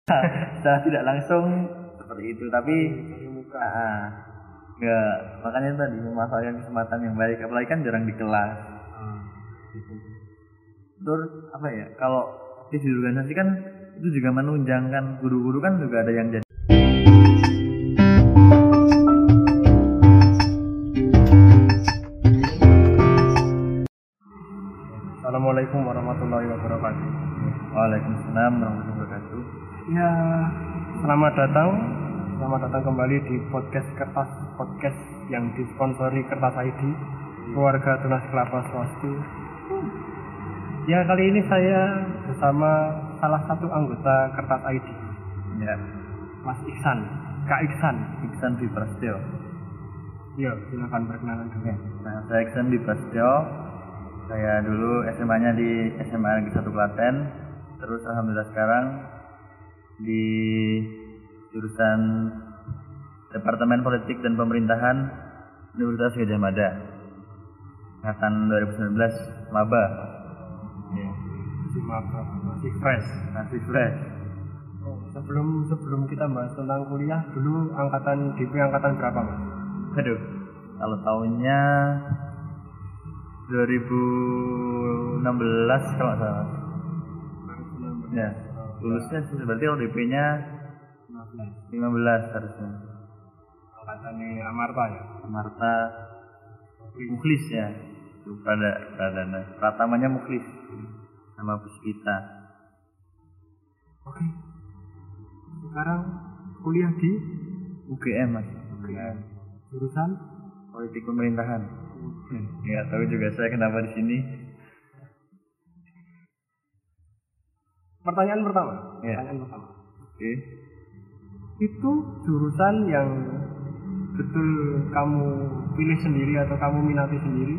secara tidak langsung seperti itu, tapi enggak, makanya tadi memanfaatkan kesempatan yang baik, apalagi kan jarang di kelas. Terus apa ya, kalau di organisasi kan itu juga menunjang kan, guru-guru kan juga ada yang jadi. Assalamualaikum warahmatullahi wabarakatuh. Waalaikumsalam warahmatullahi wabarakatuh. Ya, selamat datang kembali di podcast yang disponsori Kertas ID, keluarga Tunas Kelapa Swastu. Ya, kali ini saya bersama salah satu anggota Kertas ID. Ya, Mas Iksan, Kak Iksan. Iksan Dwi Prasetyo. Ya, silakan perkenalan dulu. Nah, saya Iksan Dwi Prasetyo. Saya dulu SMA-nya di SMA Negeri 1 Klaten. Terus alhamdulillah sekarang di jurusan Departemen Politik dan Pemerintahan Universitas Gadjah Mada. Angkatan 2019 maba. Ya, masih fresh. Oh, sebelum kita bahas tentang kuliah, dulu DP angkatan berapa, Mas? Aduh, kalau tahunnya 2016 kalau nggak salah. Ya, lulusnya berarti kalau DP-nya 15 harusnya. Angkatannya Amarta ya? Amarta Mukhlis ya. Itu Pradana. Pratamanya Mukhlis sama Puspita. Oke. Sekarang kuliah di UGM Mas. UGM. Jurusan Politik Pemerintahan. Nggak tahu juga saya kenapa di sini. Pertanyaan pertama. Oke. Itu jurusan yang betul kamu pilih sendiri atau kamu minati sendiri?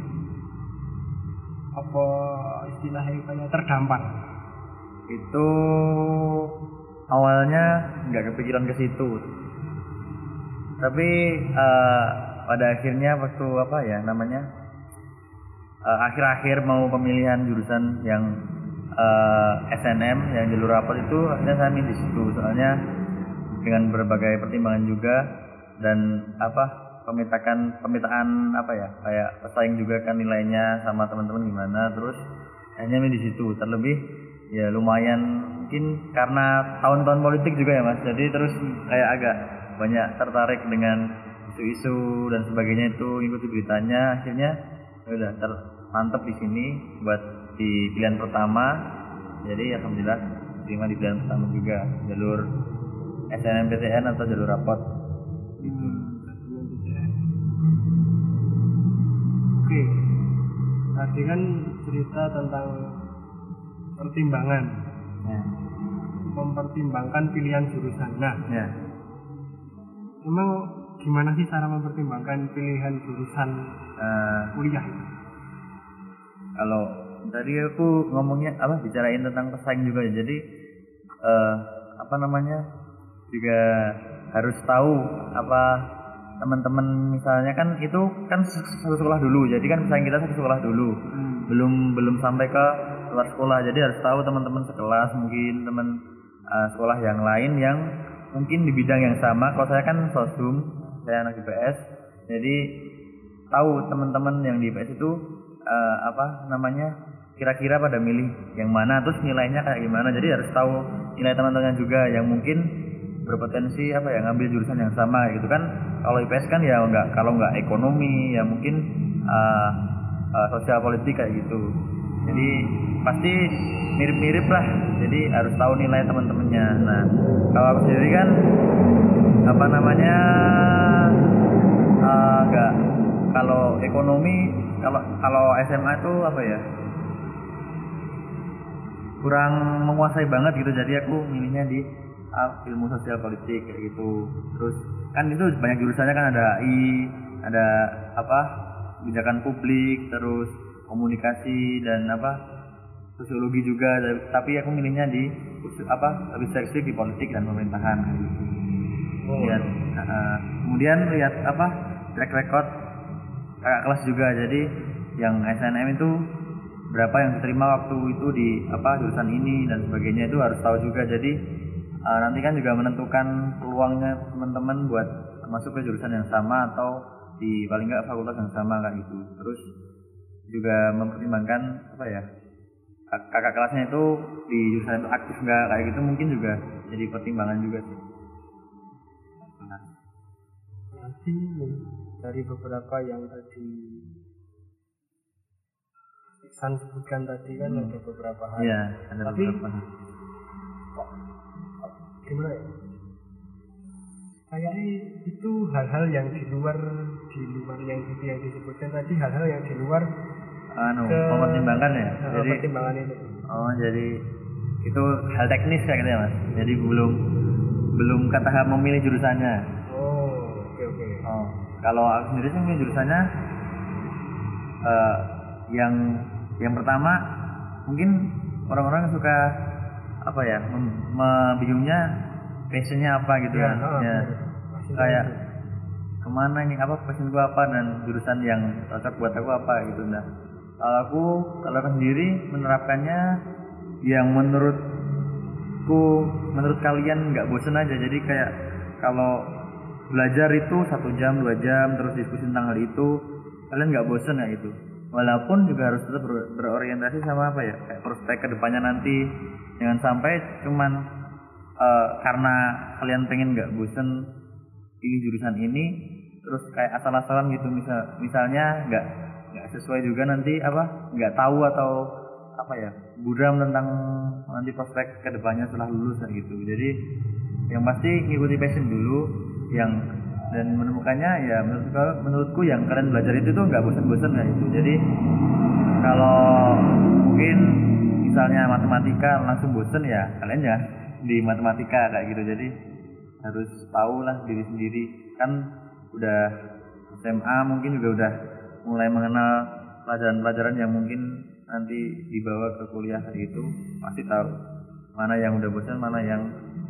Apa istilahnya kayak terdampar? Itu awalnya nggak kepikiran ke situ. Tapi pada akhirnya waktu akhir-akhir mau pemilihan jurusan yang SNM yang jalur rapot itu, akhirnya saya milih di situ, soalnya dengan berbagai pertimbangan juga dan pemetaan kayak pesaing juga kan nilainya sama teman-teman gimana, terus akhirnya milih di situ. Terlebih ya lumayan mungkin karena tahun-tahun politik juga ya Mas, jadi terus kayak agak banyak tertarik dengan isu-isu dan sebagainya, itu ikuti beritanya, akhirnya udah mantep di sini buat di pilihan pertama. Jadi alhamdulillah terima di pilihan pertama juga, jalur SNMPTN atau jalur rapot gitu. Oke, tadi kan cerita tentang pertimbangan mempertimbangkan pilihan jurusan. Nah, memang gimana sih cara mempertimbangkan pilihan jurusan kuliah? Kalau tadi aku ngomongnya bicarain tentang pesaing juga ya. Jadi juga harus tahu teman-teman, misalnya kan itu kan satu sekolah dulu. Jadi kan pesaing kita satu sekolah dulu. Belum sampai ke luar sekolah. Jadi harus tahu teman-teman sekelas, mungkin teman sekolah yang lain yang mungkin di bidang yang sama. Kalau saya kan sosum, saya anak IPS, jadi tahu teman-teman yang di IPS itu kira-kira pada milih yang mana, terus nilainya kayak gimana. Jadi harus tahu nilai teman-teman juga yang mungkin berpotensi ngambil jurusan yang sama gitu kan. Kalau IPS kan ya kalau nggak ekonomi ya mungkin sosial politik kayak gitu. Jadi pasti mirip-mirip lah. Jadi harus tahu nilai teman-temannya. Nah, kalau aku sendiri kan nggak, kalau ekonomi, kalau SMA itu kurang menguasai banget gitu. Jadi aku milihnya di ilmu sosial politik kayak gitu. Terus kan itu banyak jurusannya kan, ada AI, ada kebijakan publik, terus komunikasi dan sosiologi juga. Tapi aku milihnya di lebih spesifik di politik dan pemerintahan kayak gitu. Kemudian lihat track record kakak kelas juga. Jadi yang SNM itu berapa yang diterima waktu itu di jurusan ini dan sebagainya, itu harus tahu juga. Jadi nanti kan juga menentukan peluangnya teman-teman buat masuk ke jurusan yang sama atau di paling nggak fakultas yang sama kayak gitu. Terus juga mempertimbangkan apa ya, kakak kelasnya itu di jurusan itu aktif nggak kayak gitu, mungkin juga jadi pertimbangan juga sih. Nanti dari beberapa yang tadi Iksan sebutkan tadi kan ada beberapa hal. Iya, ada tapi beberapa. Gimana ya? Kayaknya itu hal-hal yang di luar yang disebutkan tadi, hal-hal yang di luar mempertimbangkan ya. Jadi pertimbangan itu. Oh, jadi itu hal teknis kayak gitu ya Mas. Jadi belum ke tahap memilih jurusannya. Oh, oke. Oh, kalau aku sendiri sih memilih jurusannya yang pertama mungkin orang-orang suka apa ya, bingungnya passionnya apa gitu ya. Kayak kemana nih, apa passion gua apa dan jurusan yang cocok buat aku apa gitu. Nah, kalau aku sendiri menerapkannya yang menurut kalian nggak bosen aja. Jadi kayak kalau belajar itu 1 jam 2 jam terus diskusi tentang hal itu, kalian nggak bosen ya gitu. Walaupun juga harus tetap berorientasi sama apa ya, kayak prospek kedepannya nanti. Jangan sampai cuman karena kalian pengen nggak bosen ini jurusan ini terus kayak asal-asalan gitu, misalnya nggak sesuai juga nanti nggak tahu atau apa ya, buram tentang nanti prospek kedepannya setelah lulus gitu. Jadi yang pasti ngikuti passion dulu dan menemukannya ya, menurutku yang kalian belajar itu tuh nggak bosan-bosan ya itu. Jadi kalau mungkin misalnya matematika langsung bosen ya kalian jangan di matematika kayak gitu. Jadi harus tahu lah diri sendiri, kan udah SMA mungkin juga udah mulai mengenal pelajaran-pelajaran yang mungkin nanti dibawa ke kuliah kayak gitu, pasti tahu mana yang udah bosan, mana yang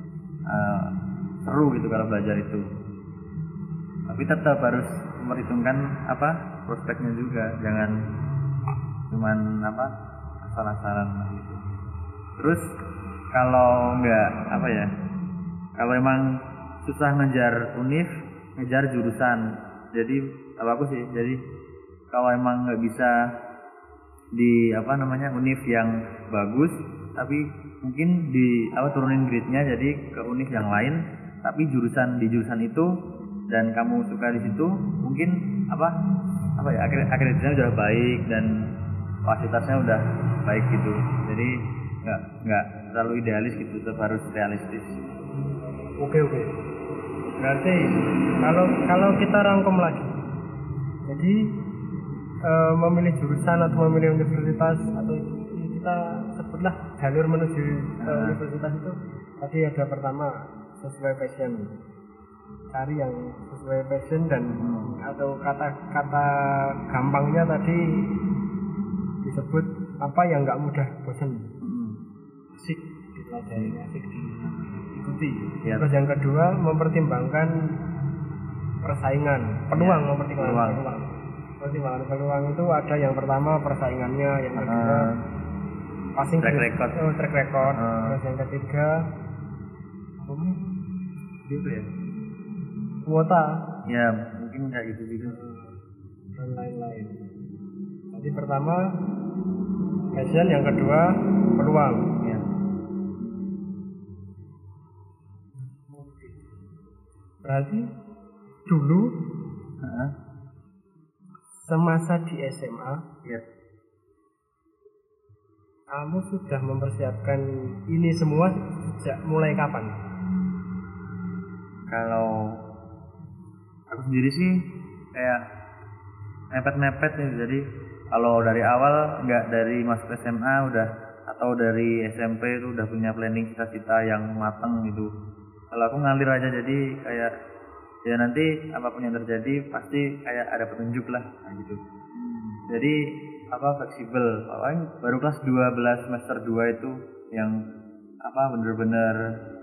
seru gitu kalau belajar itu. Tapi tetap harus memperhitungkan prospeknya juga, jangan cuman asal-asalan gitu. Terus kalau kalau emang susah ngejar univ, ngejar jurusan. Jadi jadi kalau emang nggak bisa di univ yang bagus, tapi mungkin turunin grade-nya jadi ke univ yang lain, tapi di jurusan itu dan kamu suka di situ, mungkin akreditasinya udah baik dan fasilitasnya udah baik gitu. Jadi nggak terlalu idealis gitu, tetap harus realistis. Oke. Berarti kalau kita rangkum lagi, jadi memilih jurusan atau memilih universitas atau kita sebutlah jalur menuju universitas itu tadi ada pertama sesuai passion, cari yang sesuai passion dan atau kata gampangnya tadi disebut apa yang nggak mudah bosan, asik dipelajari, asik diikuti. Terus yang kedua mempertimbangkan persaingan, mempertimbangkan peluang itu ada yang pertama persaingannya, yang kedua passing track record, terus yang ketiga gitu ya, kuota ya mungkin kayak gitu juga dan lain-lain. Jadi pertama passion, yang kedua peluang ya. Berarti dulu semasa di SMA kamu sudah mempersiapkan ini semua sejak mulai kapan? Kalau aku sendiri sih kayak mepet-mepet ya. Jadi kalau dari awal nggak dari masuk SMA atau dari SMP itu udah punya planning cita-cita yang matang gitu. Kalau aku ngalir aja, jadi kayak ya nanti apapun yang terjadi pasti kayak ada petunjuk lah gitu. Jadi fleksibel. Baru kelas 12 semester 2 itu yang bener-bener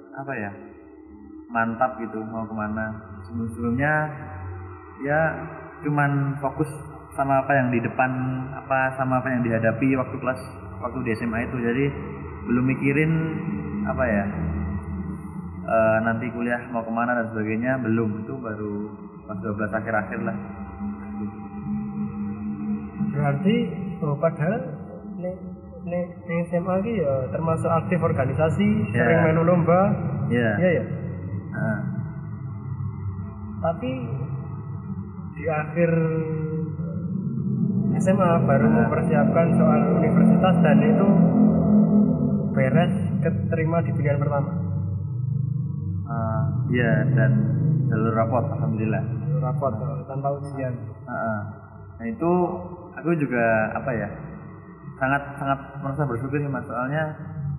mantap gitu mau kemana. Sebelumnya ya cuman fokus sama apa yang di depan, sama apa yang dihadapi waktu di SMA itu. Jadi belum mikirin nanti kuliah mau kemana dan sebagainya belum, itu baru pas 12 akhir-akhir lah. Berarti padahal nek SMA ki ya termasuk aktif organisasi, sering melu lomba. Iya ya. Tapi di akhir SMA baru mempersiapkan soal universitas dan itu beres keterima di pilihan pertama. Iya, dan jalur rapot alhamdulillah. Jalur rapot tanpa ujian. Nah itu aku juga apa ya, sangat merasa bersyukur sih Mas, soalnya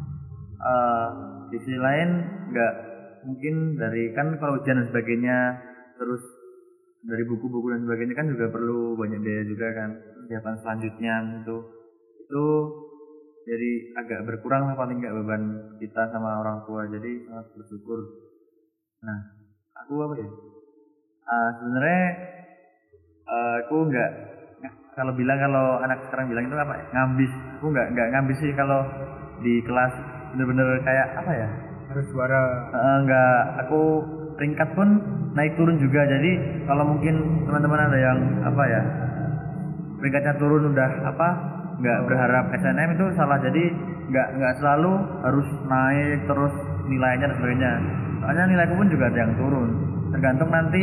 di sisi lain nggak mungkin dari kan kalau ujian dan sebagainya, terus dari buku-buku dan sebagainya kan juga perlu banyak biaya juga kan, persiapan selanjutnya itu jadi agak berkurang lah paling nggak beban kita sama orang tua, jadi sangat bersyukur. Nah aku apa ya, sebenarnya aku nggak, kalau anak sekarang bilang itu apa ya, ngambis. Aku nggak ngambis sih kalau di kelas, bener-bener kayak apa ya, harus juara. Nggak, aku peringkat pun naik turun juga. Jadi kalau mungkin teman-teman ada yang apa ya, peringkatnya turun udah apa, nggak berharap SNM, itu salah. Jadi nggak selalu harus naik terus nilainya dan sebagainya. Soalnya nilaiku pun juga ada yang turun, tergantung nanti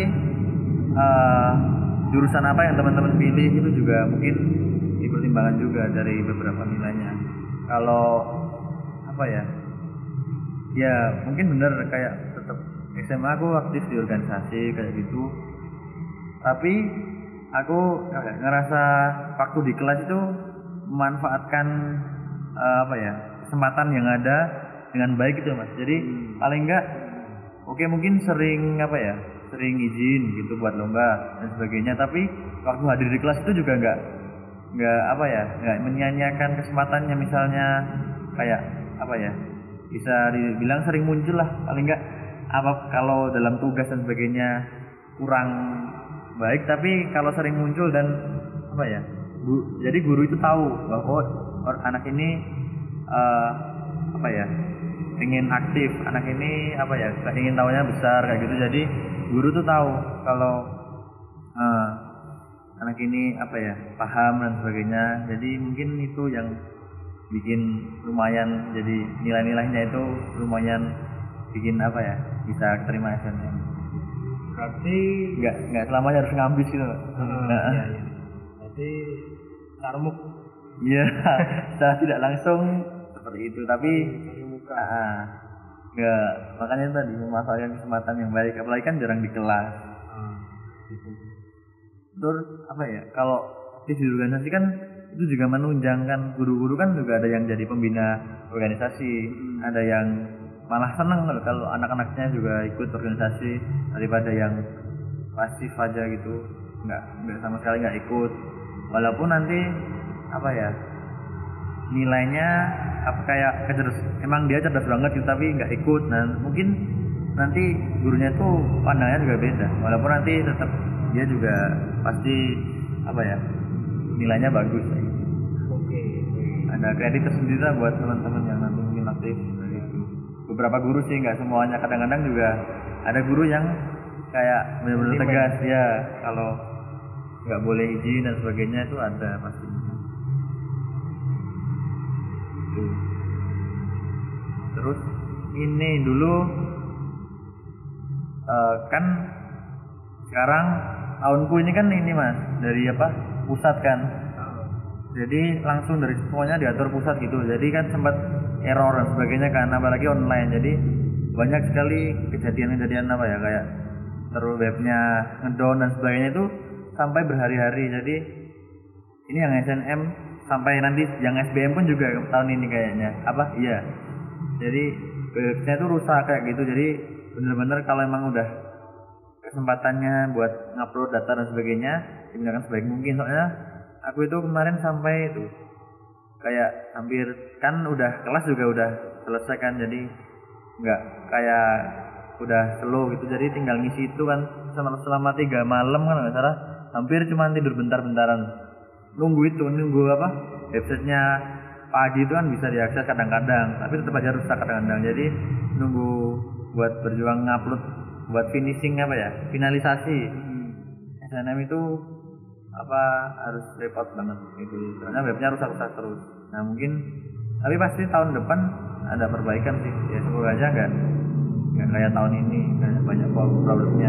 jurusan apa yang teman-teman pilih, itu juga mungkin dipertimbangkan juga dari beberapa nilainya. Kalau apa ya, ya mungkin bener kayak tetap SMA aku aktif di organisasi kayak gitu, tapi aku ngerasa waktu di kelas itu memanfaatkan apa ya, kesempatan yang ada dengan baik gitu Mas. Jadi paling enggak mungkin sering apa ya, sering izin gitu buat lomba dan sebagainya, tapi waktu hadir di kelas itu juga nggak apa ya, nggak menyia-nyiakan kesempatannya. Misalnya kayak apa ya, bisa dibilang sering muncul lah, paling nggak apa, kalau dalam tugas dan sebagainya kurang baik, tapi kalau sering muncul dan apa ya, jadi guru itu tahu bahwa anak ini apa ya, ingin aktif, anak ini apa ya, ingin tahunya besar kayak gitu. Jadi guru tuh tahu kalau anak ini apa ya, paham dan sebagainya. Jadi mungkin itu yang bikin lumayan, jadi nilai-nilainya itu lumayan bikin apa ya, bisa terima SNM. Berarti nggak selamanya harus ngambis gitu. Iya. Berarti carmuk. Iya, secara tidak langsung seperti itu, tapi nggak, makanya tadi memanfaatkan kesempatan yang baik, apalagi kan jarang di kelas. Terus apa ya, kalau di organisasi kan itu juga menunjang kan, guru-guru kan juga ada yang jadi pembina organisasi, ada yang malah senang kalau anak-anaknya juga ikut organisasi daripada yang pasif aja gitu, nggak sama sekali nggak ikut, walaupun nanti apa ya, nilainya apa kayak emang dia cerdas banget gitu, tapi nggak ikut. Nah mungkin nanti gurunya tuh pandangnya juga beda, walaupun nanti tetap dia juga pasti apa ya, nilainya bagus. Oke. Ada kredit tersendiri lah buat teman-teman yang nanti mungkin aktif. Beberapa guru sih, nggak semuanya, kadang-kadang juga ada guru yang kayak benar-benar tegas ya, kalau nggak boleh izin dan sebagainya itu ada pasti. Terus ini dulu kan sekarang tahunku ini kan ini Mas, dari apa, pusat kan, jadi langsung dari semuanya diatur pusat gitu. Jadi kan sempat error dan sebagainya kan, apalagi online. Jadi banyak sekali kejadian-kejadian apa ya, kayak terus webnya ngedown dan sebagainya, itu sampai berhari-hari. Jadi ini yang SNM, sampai nanti yang SBM pun juga tahun ini kayaknya apa, iya. Jadi webnya itu rusak kayak gitu. Jadi bener-bener kalau emang udah kesempatannya buat ngupload data dan sebagainya, digunakan sebaik mungkin. Soalnya aku itu kemarin sampai itu kayak hampir, kan udah kelas juga udah selesai kan, jadi nggak kayak udah slow gitu. Jadi tinggal ngisi itu kan selama 3 malam kan nggak salah, hampir cuma tidur bentar-bentaran, nunggu apa, websitenya pagi itu kan bisa diakses kadang-kadang, tapi tetap aja rusak kadang-kadang. Jadi nunggu buat berjuang ngupload buat finishing apa ya, finalisasi SNM itu apa harus repot banget gitu karena webnya rusak-rusak terus. Nah mungkin tapi pasti tahun depan ada perbaikan sih ya, semoga aja nggak kayak tahun ini kayak banyak problemnya.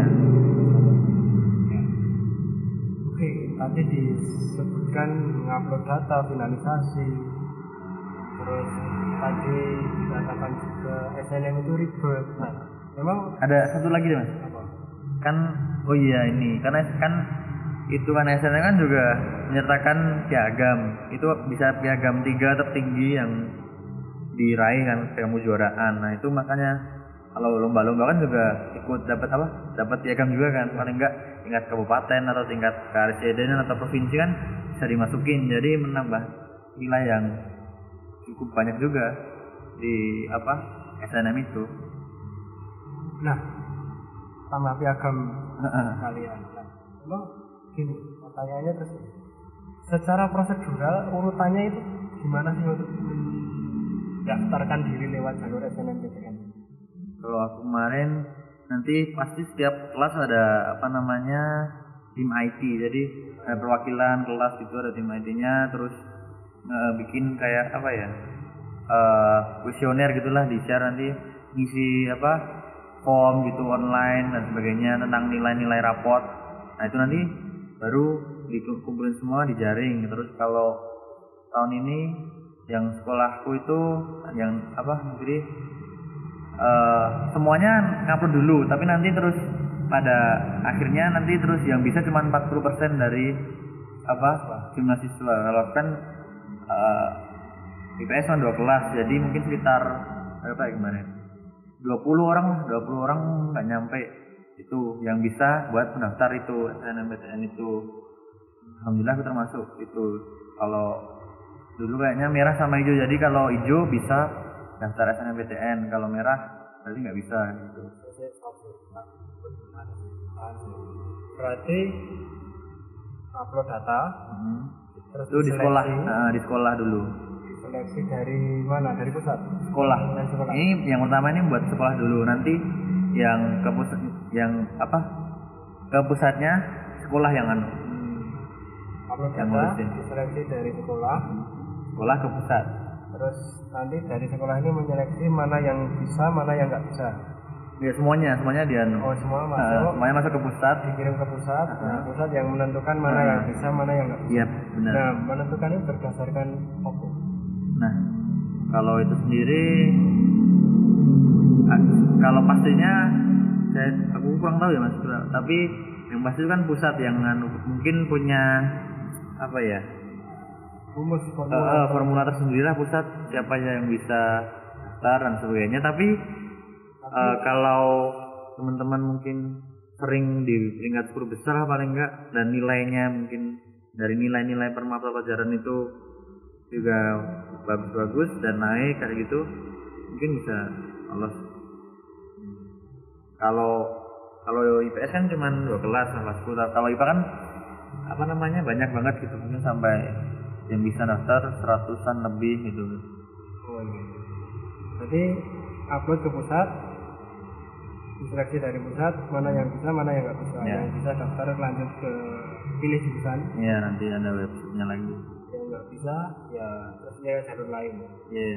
Oke, tadi disebutkan ngupload data, finalisasi, terus tadi dikatakan juga SNM itu ribet. Nah, memang ada satu lagi deh mas. apa? Kan oh iya ini karena kan itu kan SNM kan juga menyertakan piagam, itu bisa piagam 3 tertinggi yang diraih kan piagam kejuaraan. Nah itu makanya kalau lomba-lomba kan juga ikut dapat piagam juga kan, paling enggak tingkat kabupaten atau tingkat karesidenan atau provinsi kan bisa dimasukin, jadi menambah nilai yang cukup banyak juga di SNM itu. Nah, tambah piagam kalian. Nah, memang gini, pertanyaannya terus secara prosedural urutannya itu gimana sih untuk mendaftarkan diri lewat jalur SNMPTN? Kalau aku kemarin nanti pasti setiap kelas ada tim IT, jadi ada perwakilan kelas itu ada tim IT-nya, terus bikin kayak kuesioner gitulah di share nanti ngisi form gitu online dan sebagainya tentang nilai-nilai raport. Nah itu nanti baru dikumpulin semua dijaring. Terus kalau tahun ini yang sekolahku itu yang jadi semuanya ngupload dulu, tapi nanti terus pada akhirnya nanti terus yang bisa cuma 40% dari jumlah siswa. Kalau kan IPS kan 2 kelas, jadi mungkin sekitar kemarin 20 orang nggak nyampe itu yang bisa buat mendaftar itu SNMPTN itu. Alhamdulillah aku termasuk itu. Kalau dulu kayaknya merah sama hijau, jadi kalau hijau bisa daftar SNMPTN, kalau merah berarti nggak bisa gitu. Berarti upload data, terus itu di sekolah, di sekolah dulu. Seleksi dari mana? Dari pusat? Sekolah. Dari sekolah. Ini yang pertama ini buat sekolah dulu, nanti yang ke pusat, ke pusatnya sekolah yang Upload yang data, ngurusin. diseleksi dari sekolah. Sekolah ke pusat. Terus nanti dari sekolah ini menyeleksi mana yang bisa, mana yang nggak bisa. Ya semuanya dia. Oh semua masuk. Semuanya masuk ke pusat. Dikirim ke pusat. Nah pusat yang menentukan mana yang bisa, mana yang nggak bisa. Iya benar. Nah menentukan itu berdasarkan apa? Nah kalau itu sendiri, kalau pastinya aku kurang tahu ya mas. Tapi yang pasti itu kan pusat yang mungkin punya Rumus formula tersendiri lah pusat, siapa yang bisa daftar dan sebagainya. Tapi kalau teman-teman mungkin sering di peringkat 10 besar paling enggak, dan nilainya mungkin dari nilai-nilai per mata pelajaran itu juga bagus-bagus dan naik kayak gitu, mungkin bisa lolos. Kalau IPS kan cuma 2 kelas, kelasku. Kalau IPA kan banyak banget gitu, mungkin sampai yang bisa daftar 100-an lebih gitu. Oh iya. Jadi upload ke pusat, diseleksi dari pusat, mana yang bisa, mana yang nggak bisa. Ya. Yang bisa daftar lanjut ke pilih jurusan. Iya nanti ada websitenya lagi. Yang nggak bisa ya terusnya jalur lain. Iya.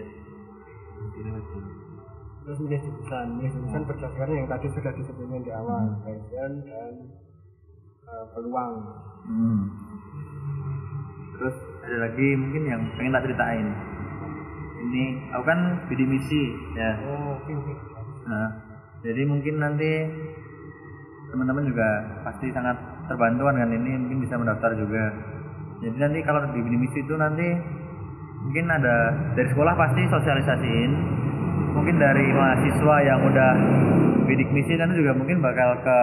Terus milih jurusan berdasarkan yang tadi sudah disebutkan di awal, passion dan peluang. Terus ada lagi mungkin yang pengen tak ceritain. Ini aku kan bidik misi ya. Oh, oke. Nah, jadi mungkin nanti teman-teman juga pasti sangat terbantu dengan ini, mungkin bisa mendaftar juga. Jadi nanti kalau di bidik misi itu nanti mungkin ada dari sekolah pasti sosialisasiin. Mungkin dari mahasiswa yang udah bidik misi nanti juga mungkin bakal ke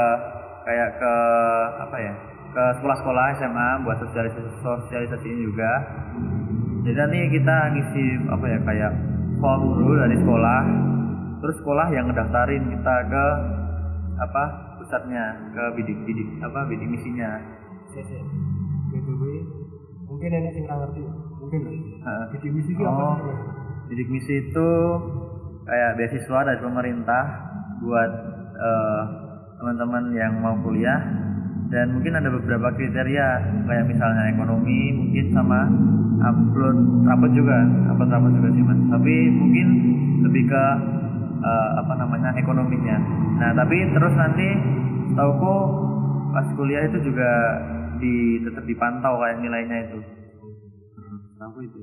sekolah-sekolah SMA buat sosialisasiin juga. Jadi nanti kita ngisi kayak form dulu dari sekolah, terus sekolah yang ngedaftarin kita ke pusatnya, ke bidik misinya. BTW mungkin ini sih ngerti, mungkin bidik misi itu apa? Bidik misi itu kayak beasiswa dari pemerintah buat teman-teman yang mau kuliah, dan mungkin ada beberapa kriteria kayak misalnya ekonomi mungkin sama upload rapot juga sih mas, tapi mungkin lebih ke ekonominya. Nah tapi terus nanti tauku pas kuliah itu juga tetap dipantau kayak nilainya itu. Aku itu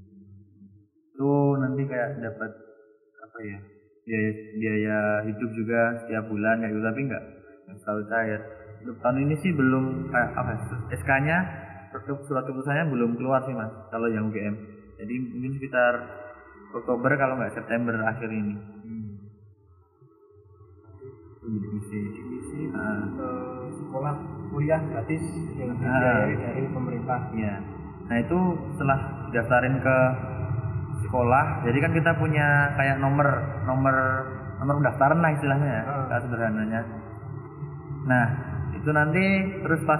nanti kayak dapat biaya hidup juga setiap bulan kayak gitu, tapi nggak selalu cair. Untuk tahun ini sih belum SK-nya, surat keputusannya belum keluar sih mas kalau yang UGM. Jadi mungkin sekitar Oktober kalau nggak September akhir ini. Divisi sekolah kuliah gratis yang dibiayai dari pemerintah. Iya. Nah itu setelah daftarin ke sekolah, jadi kan kita punya kayak nomor pendaftaran lah istilahnya ya, sederhananya. Nah itu nanti terus pas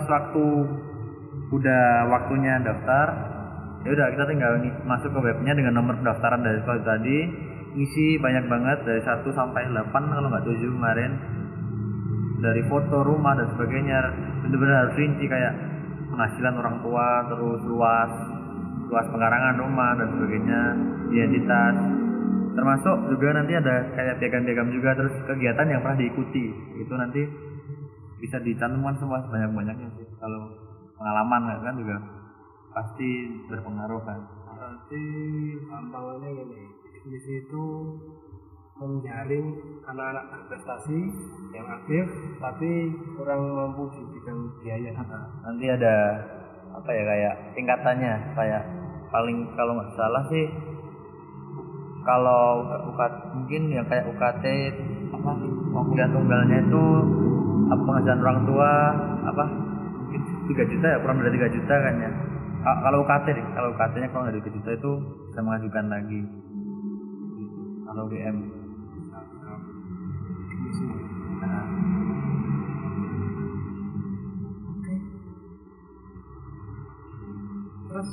waktunya daftar, ya udah kita tinggal masuk ke webnya dengan nomor pendaftaran dari sekolah tadi, ngisi banyak banget dari 1 sampai 8 kalau nggak 7 kemarin, dari foto rumah dan sebagainya, benar-benar harus rinci kayak penghasilan orang tua, terus luas pekarangan rumah dan sebagainya, identitas, termasuk juga nanti ada kayak piagam juga, terus kegiatan yang pernah diikuti itu nanti bisa dicantumkan semua sebanyak-banyaknya sih. Kalau pengalaman kan juga pasti berpengaruh kan. Berarti gampangnya gini, divisi itu menjaring anak-anak berprestasi yang aktif tapi kurang mampu di bidang biaya. Nanti ada kayak tingkatannya, kayak paling kalau nggak salah sih kalau mungkin yang kayak UKT kuliah tunggalnya itu penghasilan orang tua mungkin 3 juta ya, kurang dari 3 juta kan ya. Kalau UKT-nya kurang dari 3 juta itu bisa mengajukan lagi. Kalau UGM terus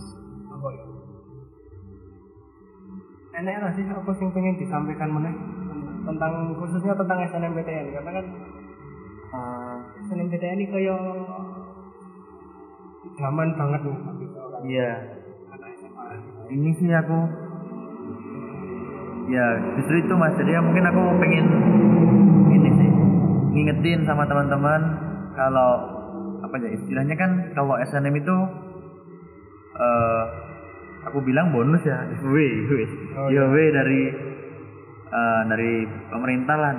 enak lah sih apa sih pengen disampaikan tentang khususnya tentang SNMPTN, karena kan SNMPTN ini kayak zaman banget nih. Iya. Ini sih aku ya justru itu mas, jadi mungkin aku pengen ini sih ngingetin sama teman-teman kalau istilahnya kan kalau SNM itu aku bilang bonus ya, giveaway dari pemerintah lah,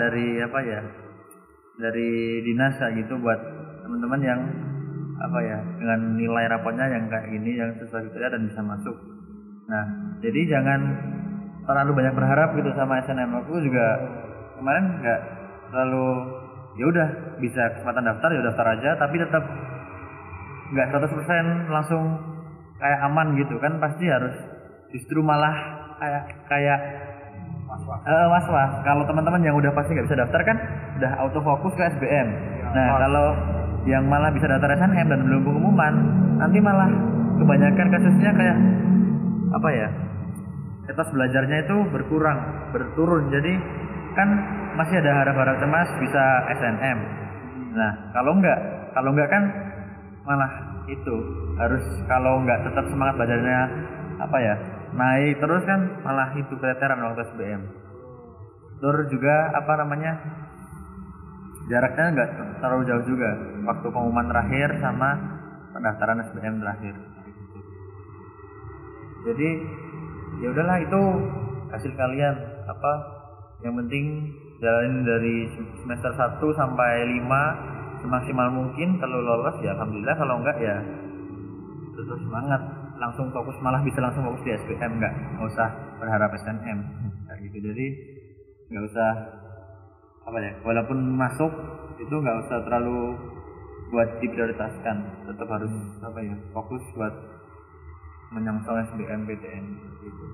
dari dinas gitu buat teman-teman yang dengan nilai rapotnya yang kayak gini, yang sesuai kriteria dan bisa masuk. Nah jadi jangan terlalu banyak berharap gitu sama SNM. Aku juga kemarin nggak terlalu, ya udah bisa kesempatan daftar ya daftar aja, tapi tetap nggak 100% langsung kayak aman gitu kan, pasti harus justru malah kayak was-was. Kalau teman-teman yang udah pasti nggak bisa daftar kan udah auto fokus ke SBM. Nah kalau yang malah bisa daftar SNM dan belum pengumuman, nanti malah kebanyakan kasusnya kayak etos belajarnya itu berturun. Jadi kan masih ada harap-harap cemas bisa SNM. Nah kalau enggak kan malah itu harus, kalau enggak tetap semangat belajarnya naik terus kan malah itu keteteran waktu SBM. Terus juga jaraknya enggak terlalu jauh juga waktu pengumuman terakhir sama pendaftaran SBM terakhir. Jadi ya udahlah, itu hasil kalian yang penting jalanin dari semester 1 sampai 5 semaksimal mungkin. Kalau lolos ya alhamdulillah, kalau enggak ya terus semangat, langsung fokus, malah bisa langsung fokus di SBM, enggak usah berharap SNM kayak gitu. Jadi enggak usah walaupun masuk itu enggak usah terlalu buat diprioritaskan, tetap harus fokus buat menyongsong SBMPTN gitu.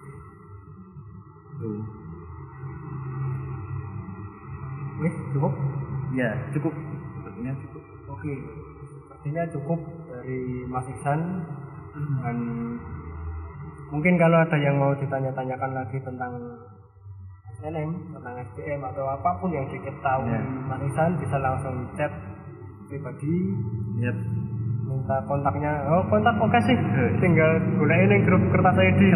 Cukup? Ya, cukup. Sepertinya cukup. Oke. Sepertinya cukup dari Mas Iksan. Dan mungkin kalau ada yang mau ditanya-tanyakan lagi tentang SNM tentang SBM atau apapun yang diketahui Manisan bisa langsung chat pribadi. Yep. Minta kontaknya. Oh, kontak oke sih. Tinggal gunain yang grup kertas ID.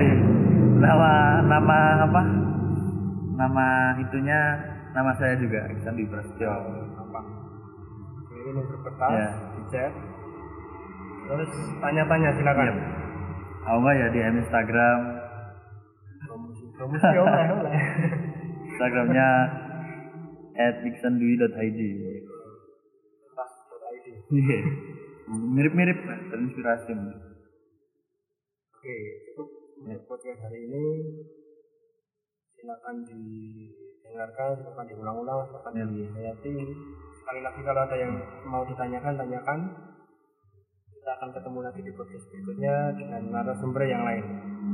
Nama apa? Nama itunya nama saya juga Iksan Dwi Prasetyo. Apa? Ini grup kertas, di chat. Terus tanya-tanya silakan. Yep. Oh enggak ya di Instagram. Promosi oleh. Instagramnya @iksandwi.id. Kertas.id. Iya. Mirip-mirip terinspirasi. Oke, cukup untuk podcast hari ini. Silakan didengarkan, silakan diulang-ulang, silakan dihayati. Sekali lagi kalau ada yang mau ditanyakan, tanyakan. Kita akan ketemu lagi di podcast berikutnya dengan narasumber yang lain.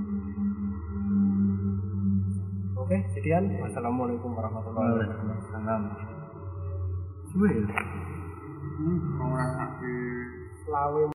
Oke, sekian. Wassalamualaikum warahmatullahi wabarakatuh. Salam. Suwe. Orang selalu